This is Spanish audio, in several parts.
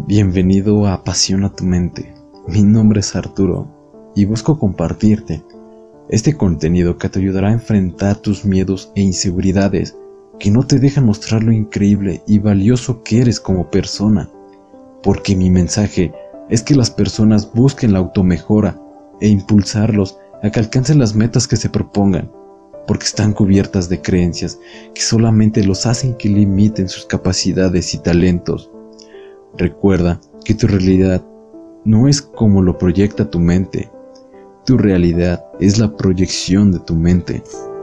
Bienvenido a Apasiona tu mente. Mi nombre es Arturo y busco compartirte este contenido que te ayudará a enfrentar tus miedos e inseguridades que no te dejan mostrar lo increíble y valioso que eres como persona. Porque mi mensaje es que las personas busquen la automejora e impulsarlos a que alcancen las metas que se propongan, porque están cubiertas de creencias que solamente los hacen que limiten sus capacidades y talentos. Recuerda que tu realidad no es como lo proyecta tu mente. Tu realidad es la proyección de tu mente.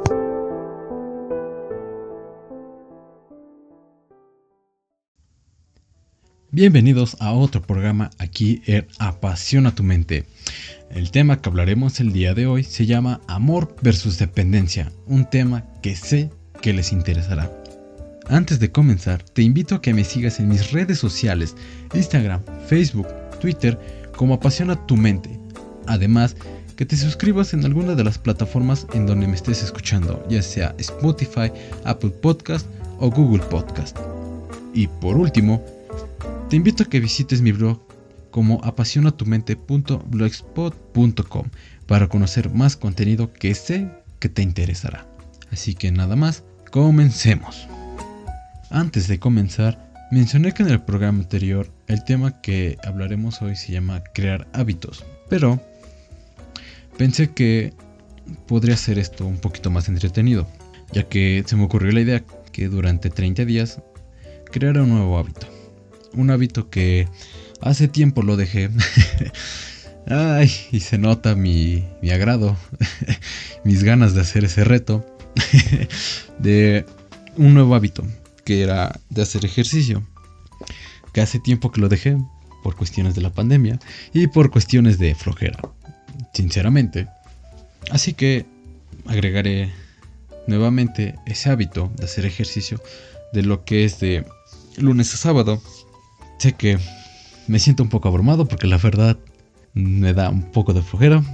Bienvenidos a otro programa aquí en Apasiona tu mente. El tema que hablaremos el día de hoy se llama Amor versus Dependencia, un tema que sé que les interesará. Antes de comenzar, te invito a que me sigas en mis redes sociales, Instagram, Facebook, Twitter, como Apasiona tu mente. Además, que te suscribas en alguna de las plataformas en donde me estés escuchando, ya sea Spotify, Apple Podcast o Google Podcast. Y por último, te invito a que visites mi blog como apasionatumente.blogspot.com para conocer más contenido que sé que te interesará. Así que nada más, comencemos. Antes de comenzar, mencioné que en el programa anterior el tema que hablaremos hoy se llama crear hábitos, pero pensé que podría ser esto un poquito más entretenido, ya que se me ocurrió la idea que durante 30 días creara un nuevo hábito. Un hábito que hace tiempo lo dejé. Ay, y se nota mi agrado, mis ganas de hacer ese reto de un nuevo hábito, que era de hacer ejercicio, que hace tiempo que lo dejé por cuestiones de la pandemia y por cuestiones de flojera, sinceramente. Así que agregaré nuevamente ese hábito de hacer ejercicio de lo que es de lunes a sábado. Sé que me siento un poco abrumado porque la verdad me da un poco de flojera.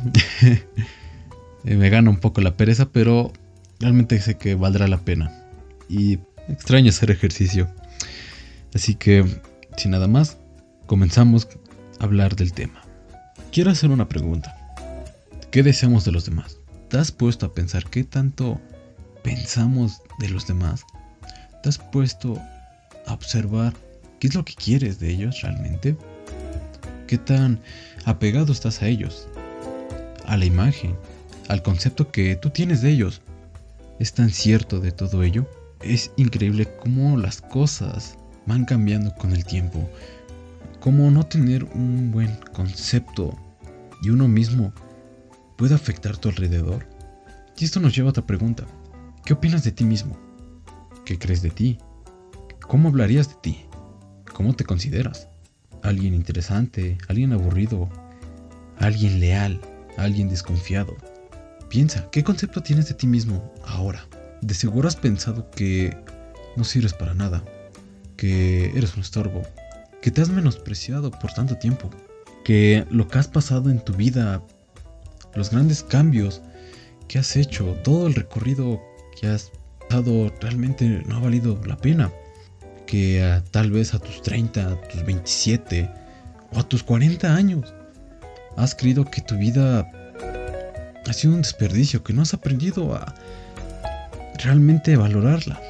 Me gana un poco la pereza, pero realmente sé que valdrá la pena. Y extraño hacer ejercicio. Así que, sin nada más, comenzamos a hablar del tema. Quiero hacer una pregunta. ¿Qué deseamos de los demás? ¿Te has puesto a pensar qué tanto pensamos de los demás? ¿Te has puesto a observar qué es lo que quieres de ellos realmente? ¿Qué tan apegado estás a ellos? A la imagen, al concepto que tú tienes de ellos. ¿Es tan cierto de todo ello? Es increíble cómo las cosas van cambiando con el tiempo. Cómo no tener un buen concepto de uno mismo puede afectar tu alrededor. Y esto nos lleva a otra pregunta. ¿Qué opinas de ti mismo? ¿Qué crees de ti? ¿Cómo hablarías de ti? ¿Cómo te consideras? ¿Alguien interesante? ¿Alguien aburrido? ¿Alguien leal? ¿Alguien desconfiado? Piensa, ¿qué concepto tienes de ti mismo ahora? De seguro has pensado que no sirves para nada, que eres un estorbo, que te has menospreciado por tanto tiempo, que lo que has pasado en tu vida, los grandes cambios que has hecho, todo el recorrido que has dado realmente no ha valido la pena. Que tal vez a tus 30, a tus 27 o a tus 40 años has creído que tu vida ha sido un desperdicio, que no has aprendido a realmente valorarla.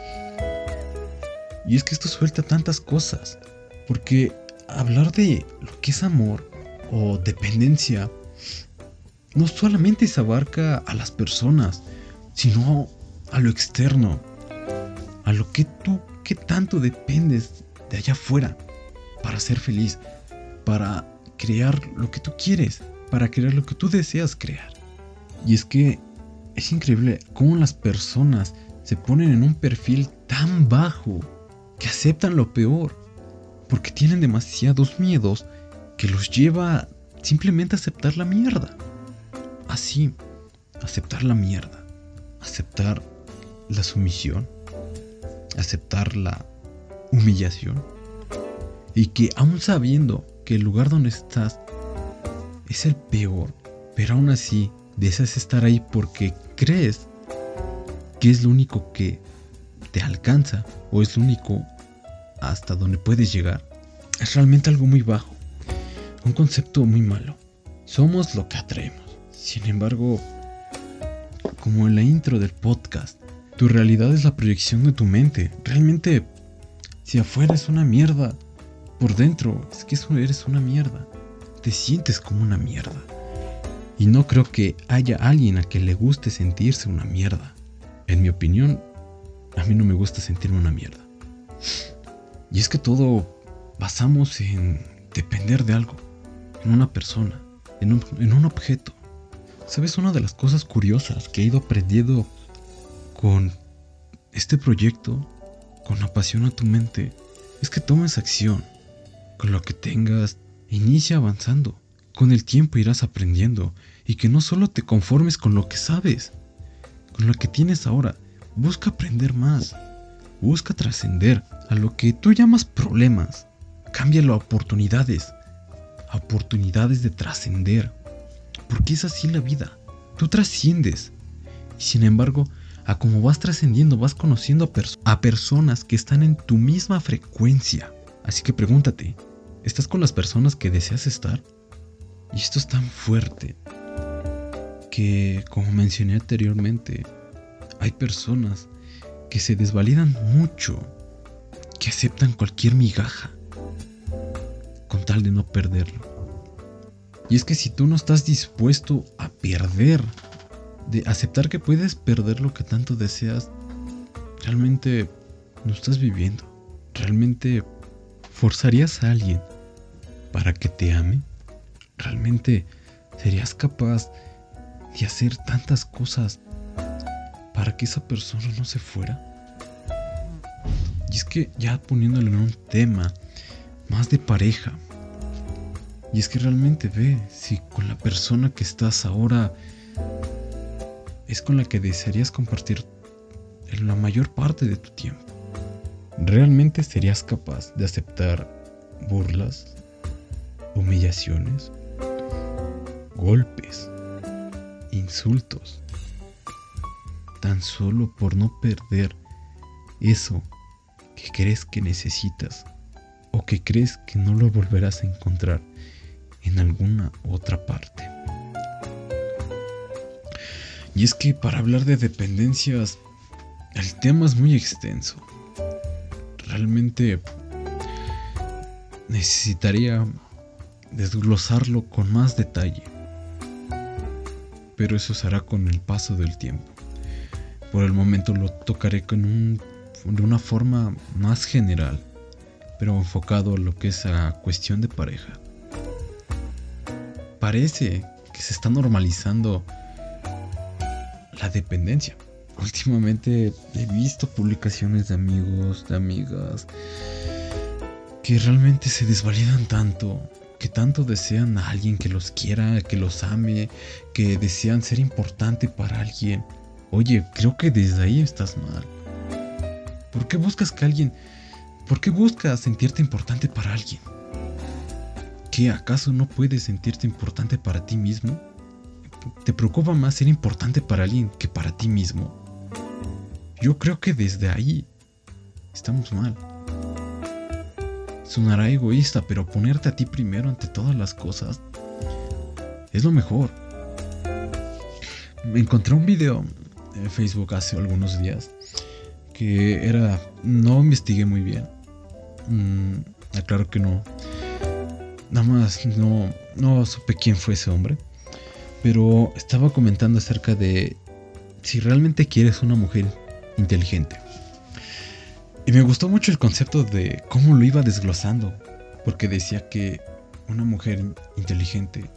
Y es que esto suelta tantas cosas, porque hablar de lo que es amor o dependencia no solamente se abarca a las personas, sino a lo externo, a lo que tú, qué tanto dependes de allá afuera para ser feliz, para crear lo que tú quieres, para crear lo que tú deseas crear. Y es que es increíble cómo las personas se ponen en un perfil tan bajo que aceptan lo peor, porque tienen demasiados miedos que los lleva simplemente a aceptar la mierda. Así, aceptar la mierda, aceptar la sumisión, aceptar la humillación, y que aún sabiendo que el lugar donde estás es el peor, pero aún así deseas estar ahí porque crees que es lo único que te alcanza o es lo único hasta donde puedes llegar. es realmente algo muy bajo, un concepto muy malo. Somos lo que atraemos. Sin embargo, como en la intro del podcast, tu realidad es la proyección de tu mente. Realmente, si afuera es una mierda, por dentro es que eres una mierda. Te sientes como una mierda. Y no creo que haya alguien a que le guste sentirse una mierda. En mi opinión, a mí no me gusta sentirme una mierda. Y es que todo basamos en depender de algo, en una persona, en un objeto. ¿Sabes? Una de las cosas curiosas que he ido aprendiendo con este proyecto, con Apasiona tu mente, es que tomes acción. Con lo que tengas, inicia avanzando. Con el tiempo irás aprendiendo. Y que no solo te conformes con lo que sabes, con lo que tienes ahora. Busca aprender más. Busca trascender a lo que tú llamas problemas. Cámbialo a oportunidades. A oportunidades de trascender. Porque es así la vida. Tú trasciendes. Y sin embargo, a como vas trascendiendo, vas conociendo a personas que están en tu misma frecuencia. Así que pregúntate, ¿estás con las personas que deseas estar? Y esto es tan fuerte que, como mencioné anteriormente, hay personas que se desvalidan mucho, que aceptan cualquier migaja con tal de no perderlo. Y es que si tú no estás dispuesto a perder, de aceptar que puedes perder lo que tanto deseas, realmente no estás viviendo. ¿Realmente forzarías a alguien para que te ame? ¿Realmente serías capaz de hacer tantas cosas para que esa persona no se fuera? Y es que ya poniéndolo en un tema más de pareja, y es que realmente ve si con la persona que estás ahora es con la que desearías compartir la mayor parte de tu tiempo. ¿Realmente serías capaz de aceptar burlas, humillaciones, golpes, insultos, tan solo por no perder eso que crees que necesitas o que crees que no lo volverás a encontrar en alguna otra parte? Y es que para hablar de dependencias, el tema es muy extenso. Realmente necesitaría desglosarlo con más detalle, pero eso se hará con el paso del tiempo. Por el momento lo tocaré de una forma más general, pero enfocado a lo que es a cuestión de pareja. Parece que se está normalizando la dependencia. Últimamente he visto publicaciones de amigos, de amigas, que realmente se desvalidan tanto, que tanto desean a alguien que los quiera, que los ame, que desean ser importante para alguien. Oye, creo que desde ahí estás mal. ¿Por qué buscas sentirte importante para alguien? ¿Qué, acaso no puedes sentirte importante para ti mismo? ¿Te preocupa más ser importante para alguien que para ti mismo? Yo creo que desde ahí estamos mal. Sonará egoísta, pero ponerte a ti primero ante todas las cosas es lo mejor. Me encontré un video en Facebook hace algunos días que no investigué muy bien. Aclaro que no. Nada más no supe quién fue ese hombre. Pero estaba comentando acerca de si realmente quieres una mujer inteligente. Y me gustó mucho el concepto de cómo lo iba desglosando. Porque decía que una mujer inteligente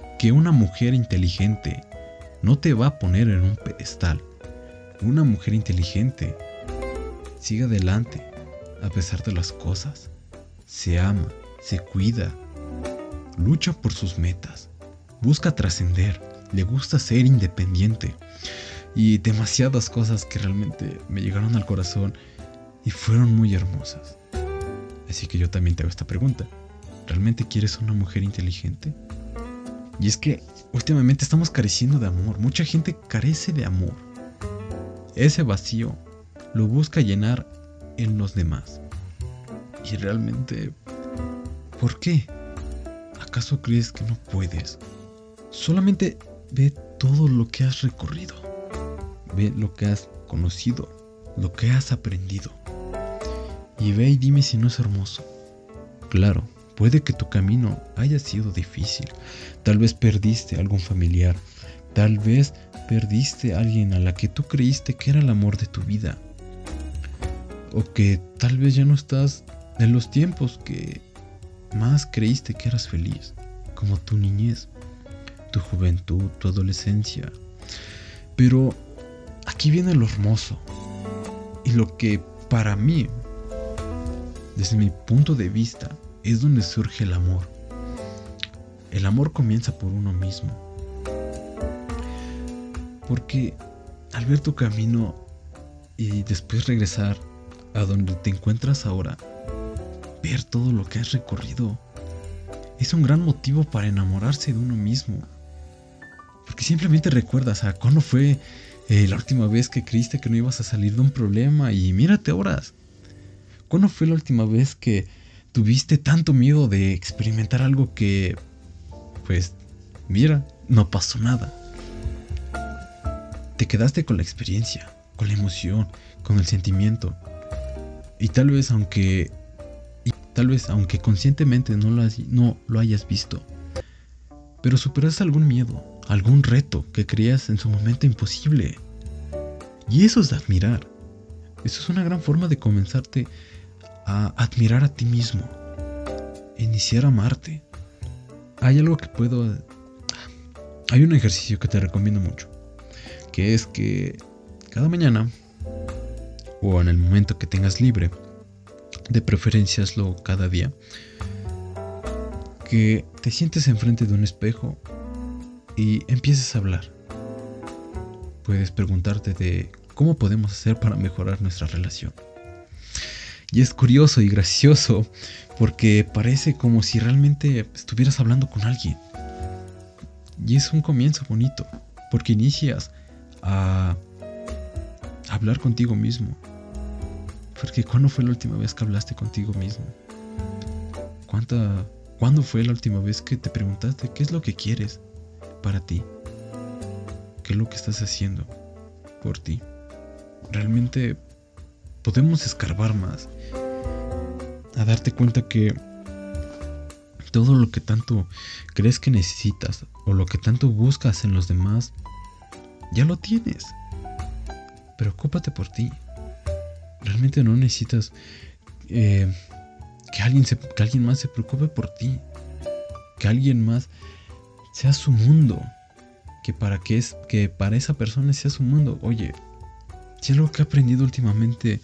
no te va a poner en un pedestal. Una mujer inteligente sigue adelante a pesar de las cosas. Se ama, se cuida, lucha por sus metas, busca trascender, le gusta ser independiente. Y demasiadas cosas que realmente me llegaron al corazón y fueron muy hermosas. Así que yo también te hago esta pregunta. ¿Realmente quieres una mujer inteligente? Y es que últimamente estamos careciendo de amor. Mucha gente carece de amor. Ese vacío lo busca llenar en los demás. Y realmente ¿Por qué? ¿Acaso crees que no puedes? Solamente ve todo lo que has recorrido. Ve lo que has conocido, lo que has aprendido. Y ve y dime si no es hermoso. Claro, puede que tu camino haya sido difícil. Tal vez perdiste a algún familiar. Tal vez perdiste a alguien a la que tú creíste que era el amor de tu vida. O que tal vez ya no estás en los tiempos que más creíste que eras feliz. Como tu niñez, tu juventud, tu adolescencia. Pero aquí viene lo hermoso. Y lo que para mí, desde mi punto de vista, es donde surge el amor. El amor comienza por uno mismo. Porque al ver tu camino y después regresar a donde te encuentras ahora, ver todo lo que has recorrido, es un gran motivo para enamorarse de uno mismo. Porque simplemente recuerdas a cuándo fue la última vez que creíste que no ibas a salir de un problema y mírate ahora. ¿Cuándo fue la última vez que tuviste tanto miedo de experimentar algo que, pues, mira, no pasó nada? Te quedaste con la experiencia, con la emoción, con el sentimiento. Y tal vez aunque conscientemente no lo hayas visto, pero superaste algún miedo, algún reto que creías en su momento imposible. Y eso es de admirar. Eso es una gran forma de comenzarte a admirar a ti mismo, iniciar a amarte. Hay un ejercicio que te recomiendo mucho, que es que cada mañana o en el momento que tengas libre, de preferencia hazlo cada día, que te sientes enfrente de un espejo y empieces a hablar. Puedes preguntarte de cómo podemos hacer para mejorar nuestra relación. Y es curioso y gracioso porque parece como si realmente estuvieras hablando con alguien. Y es un comienzo bonito porque inicias a hablar contigo mismo. Porque ¿cuándo fue la última vez que hablaste contigo mismo? ¿Cuándo fue la última vez que te preguntaste qué es lo que quieres para ti? ¿Qué es lo que estás haciendo por ti? Realmente podemos escarbar más, a darte cuenta que todo lo que tanto crees que necesitas o lo que tanto buscas en los demás, ya lo tienes. Preocúpate por ti. Realmente no necesitas que alguien más se preocupe por ti, que alguien más sea su mundo, que para esa persona sea su mundo. Oye, si algo que he aprendido últimamente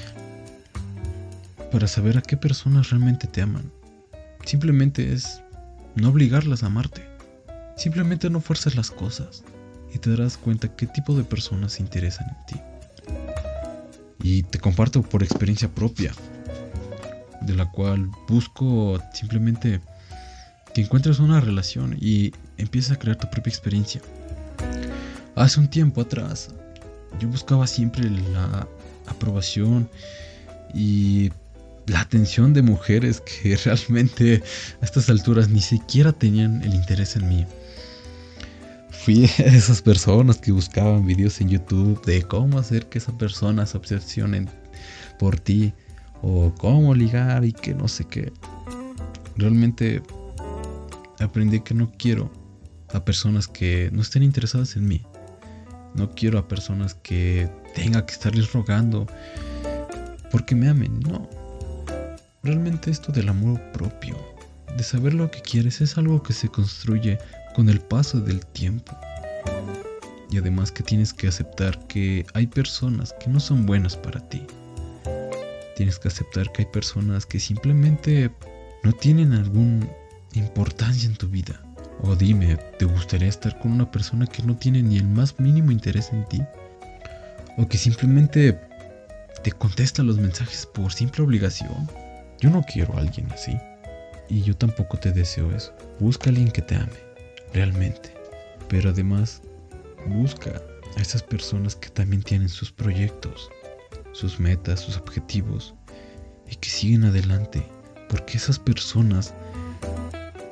para saber a qué personas realmente te aman, simplemente es no obligarlas a amarte. Simplemente no fuerces las cosas y te darás cuenta qué tipo de personas se interesan en ti. Y te comparto por experiencia propia, de la cual busco simplemente que encuentres una relación y empieces a crear tu propia experiencia. Hace un tiempo atrás, yo buscaba siempre la aprobación y la atención de mujeres que realmente a estas alturas ni siquiera tenían el interés en mí. Fui a esas personas que buscaban videos en YouTube de cómo hacer que esa persona se obsesione por ti o cómo ligar y que no sé qué. Realmente aprendí que no quiero a personas que no estén interesadas en mí. No quiero a personas que tenga que estarles rogando porque me amen. No. Realmente esto del amor propio, de saber lo que quieres, es algo que se construye con el paso del tiempo. Y además que tienes que aceptar que hay personas que no son buenas para ti. Tienes que aceptar que hay personas que simplemente no tienen alguna importancia en tu vida. O dime, ¿te gustaría estar con una persona que no tiene ni el más mínimo interés en ti? O que simplemente te contesta los mensajes por simple obligación. Yo no quiero a alguien así. Y yo tampoco te deseo eso. Busca a alguien que te ame, realmente. Pero además, busca a esas personas que también tienen sus proyectos, sus metas, sus objetivos, y que siguen adelante. Porque esas personas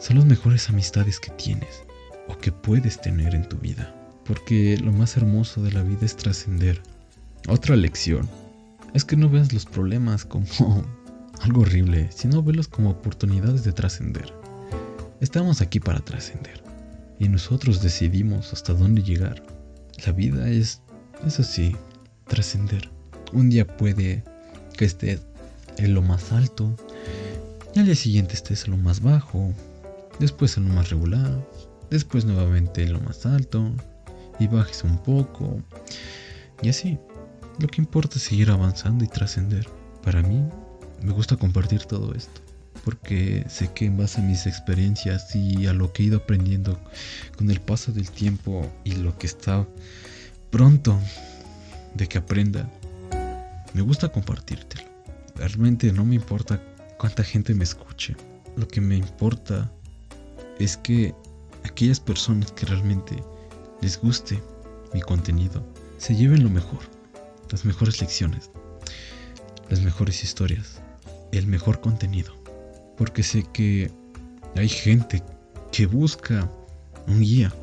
son las mejores amistades que tienes o que puedes tener en tu vida. Porque lo más hermoso de la vida es trascender. Otra lección es que no veas los problemas como algo horrible, sino velos como oportunidades de trascender. Estamos aquí para trascender y nosotros decidimos hasta dónde llegar. La vida es así, trascender. Un día puede que estés en lo más alto y al día siguiente estés en lo más bajo, después en lo más regular, después nuevamente en lo más alto y bajes un poco y así. Lo que importa es seguir avanzando y trascender. Para mí me gusta compartir todo esto porque sé que en base a mis experiencias y a lo que he ido aprendiendo con el paso del tiempo y lo que está pronto de que aprenda, me gusta compartírtelo. Realmente no me importa cuánta gente me escuche. Lo que me importa es que aquellas personas que realmente les guste mi contenido se lleven lo mejor, las mejores lecciones, las mejores historias, el mejor contenido. Porque sé que hay gente que busca un guía,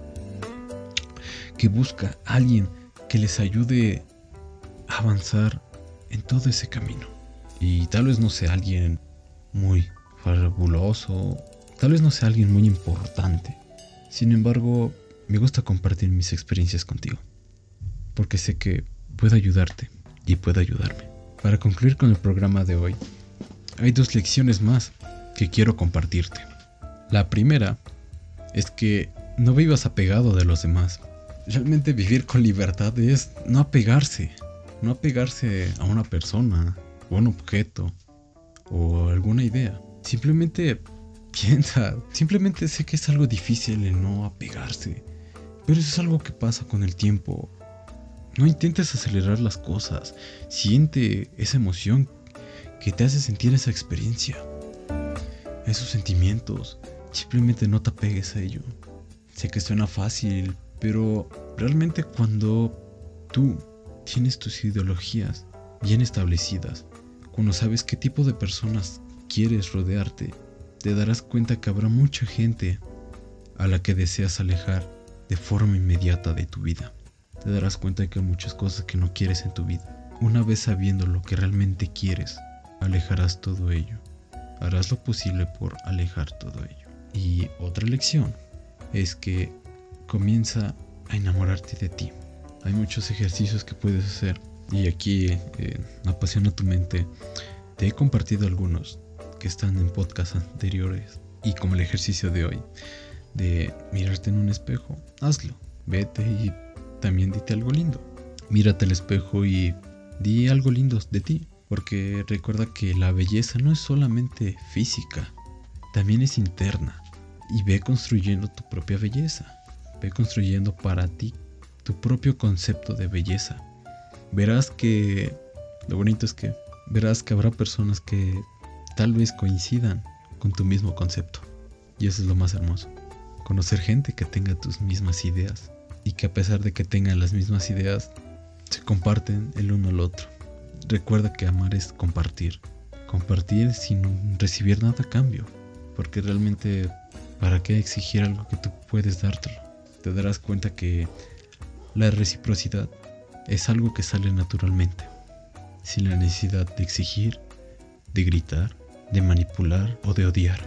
que busca a alguien que les ayude a avanzar en todo ese camino. Y tal vez no sea alguien muy fabuloso, tal vez no sea alguien muy importante. Sin embargo, me gusta compartir mis experiencias contigo, porque sé que puedo ayudarte y puedo ayudarme. Para concluir con el programa de hoy, hay 2 lecciones más que quiero compartirte. La primera es que no vivas apegado de los demás. Realmente vivir con libertad es no apegarse a una persona, o un objeto, o alguna idea. Simplemente piensa, simplemente sé que es algo difícil el no apegarse, pero eso es algo que pasa con el tiempo. No intentes acelerar las cosas, siente esa emoción que te hace sentir esa experiencia, esos sentimientos. Simplemente no te apegues a ello. Sé que suena fácil, pero realmente cuando tú tienes tus ideologías bien establecidas, cuando sabes qué tipo de personas quieres rodearte, te darás cuenta que habrá mucha gente a la que deseas alejar de forma inmediata de tu vida. Te darás cuenta de que hay muchas cosas que no quieres en tu vida. Una vez sabiendo lo que realmente quieres, alejarás todo ello. Harás lo posible por alejar todo ello. Y otra lección es que comienza a enamorarte de ti. Hay muchos ejercicios que puedes hacer y aquí Apasiona tu mente te he compartido algunos que están en podcasts anteriores, y como el ejercicio de hoy de mirarte en un espejo, hazlo, vete y también dite algo lindo. Mírate al espejo y di algo lindo de ti, porque recuerda que la belleza no es solamente física, también es interna. Y ve construyendo tu propia belleza, ve construyendo para ti tu propio concepto de belleza. Verás que lo bonito es que verás que habrá personas que tal vez coincidan con tu mismo concepto, y eso es lo más hermoso, conocer gente que tenga tus mismas ideas y que a pesar de que tengan las mismas ideas se comparten el uno al otro. Recuerda que amar es compartir sin recibir nada a cambio, porque realmente ¿para qué exigir algo que tú puedes dártelo? Te darás cuenta que la reciprocidad es algo que sale naturalmente, sin la necesidad de exigir, de gritar, de manipular o de odiar.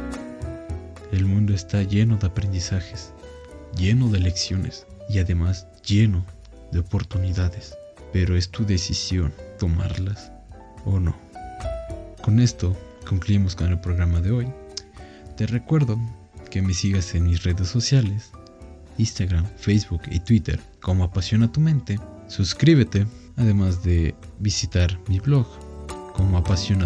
El mundo está lleno de aprendizajes, lleno de lecciones y además lleno de oportunidades, pero es tu decisión tomarlas o no. Con esto concluimos con el programa de hoy. Te recuerdo que me sigas en mis redes sociales, Instagram, Facebook y Twitter como Apasiona tu mente. Suscríbete, además de visitar mi blog como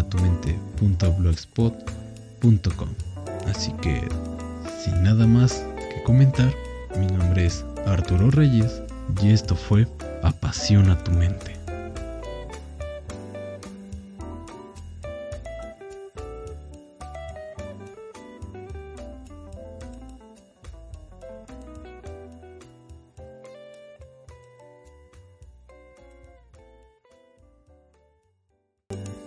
apasionatumente.blogspot.com. Así que, sin nada más que comentar, mi nombre es Arturo Reyes y esto fue Apasiona tu mente.